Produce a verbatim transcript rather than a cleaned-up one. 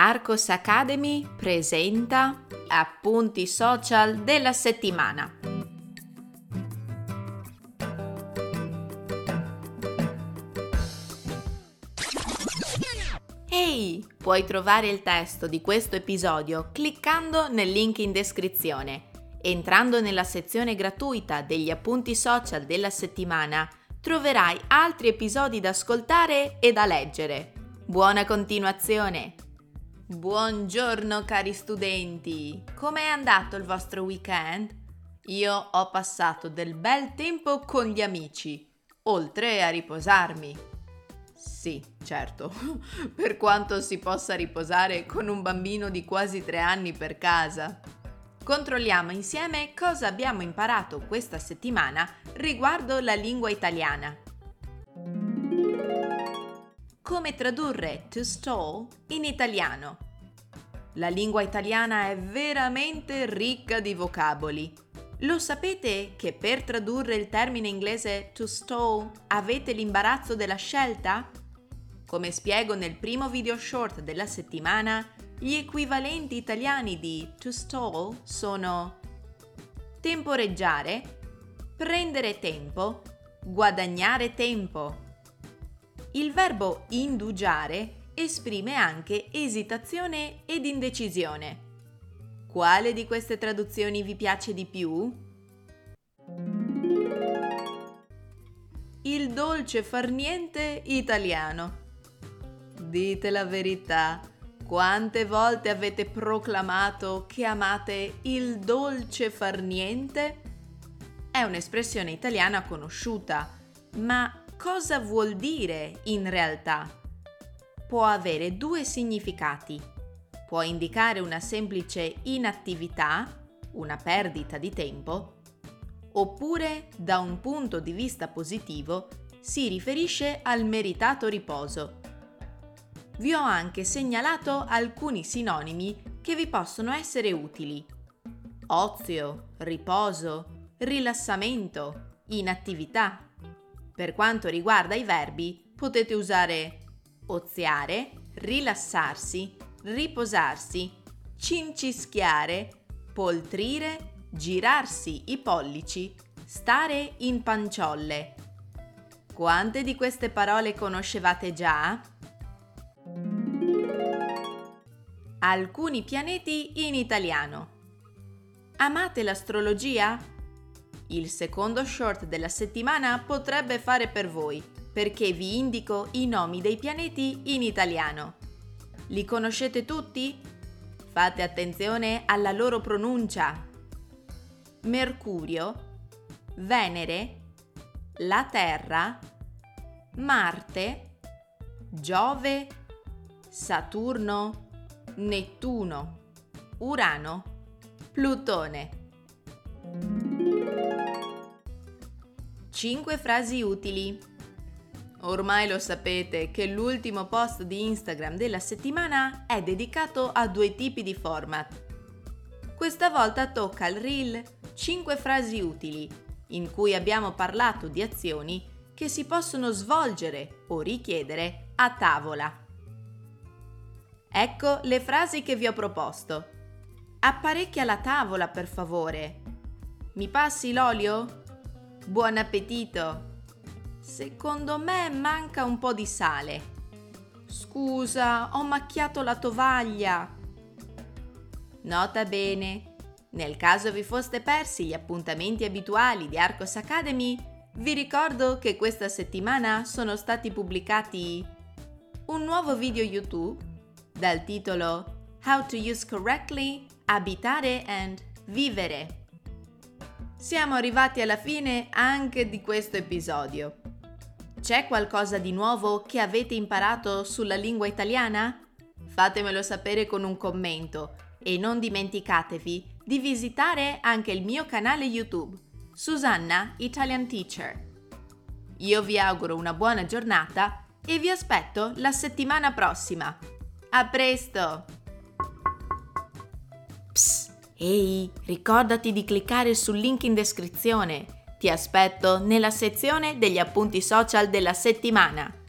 Arcos Academy presenta Appunti social della settimana. Ehi, puoi trovare il testo di questo episodio cliccando nel link in descrizione. Entrando nella sezione gratuita degli appunti social della settimana, troverai altri episodi da ascoltare e da leggere. Buona continuazione! Buongiorno cari studenti! Com'è andato il vostro weekend? Io ho passato del bel tempo con gli amici, oltre a riposarmi. Sì, certo, per quanto si possa riposare con un bambino di quasi tre anni per casa. Controlliamo insieme cosa abbiamo imparato questa settimana riguardo la lingua italiana. Come tradurre to stall in italiano? La lingua italiana è veramente ricca di vocaboli. Lo sapete che per tradurre il termine inglese to stall avete l'imbarazzo della scelta? Come spiego nel primo video short della settimana, gli equivalenti italiani di to stall sono temporeggiare, prendere tempo, guadagnare tempo. Il verbo indugiare esprime anche esitazione ed indecisione. Quale di queste traduzioni vi piace di più? Il dolce far niente italiano. Dite la verità, quante volte avete proclamato che amate il dolce far niente? È un'espressione italiana conosciuta, ma cosa vuol dire in realtà? Può avere due significati. Può indicare una semplice inattività, una perdita di tempo, oppure, da un punto di vista positivo, si riferisce al meritato riposo. Vi ho anche segnalato alcuni sinonimi che vi possono essere utili. Ozio, riposo, rilassamento, inattività. Per quanto riguarda i verbi, potete usare oziare, rilassarsi, riposarsi, cincischiare, poltrire, girarsi i pollici, stare in panciolle. Quante di queste parole conoscevate già? Alcuni pianeti in italiano. Amate l'astrologia? Il secondo short della settimana potrebbe fare per voi, perché vi indico i nomi dei pianeti in italiano. Li conoscete tutti? Fate attenzione alla loro pronuncia. Mercurio, Venere, la Terra, Marte, Giove, Saturno, Nettuno, Urano, Plutone. cinque frasi utili. Ormai lo sapete che l'ultimo post di Instagram della settimana è dedicato a due tipi di format. Questa volta tocca al reel cinque frasi utili, in cui abbiamo parlato di azioni che si possono svolgere o richiedere a tavola. Ecco le frasi che vi ho proposto. Apparecchia la tavola, per favore. Mi passi l'olio? Buon appetito! Secondo me manca un po' di sale. Scusa, ho macchiato la tovaglia. Nota bene, nel caso vi foste persi gli appuntamenti abituali di Arcos Academy, vi ricordo che questa settimana sono stati pubblicati un nuovo video YouTube dal titolo How to use correctly, abitare and vivere. Siamo arrivati alla fine anche di questo episodio. C'è qualcosa di nuovo che avete imparato sulla lingua italiana? Fatemelo sapere con un commento e non dimenticatevi di visitare anche il mio canale YouTube, Susanna Italian Teacher. Io vi auguro una buona giornata e vi aspetto la settimana prossima. A presto! Psst! Ehi, ricordati di cliccare sul link in descrizione. Ti aspetto nella sezione degli appunti social della settimana.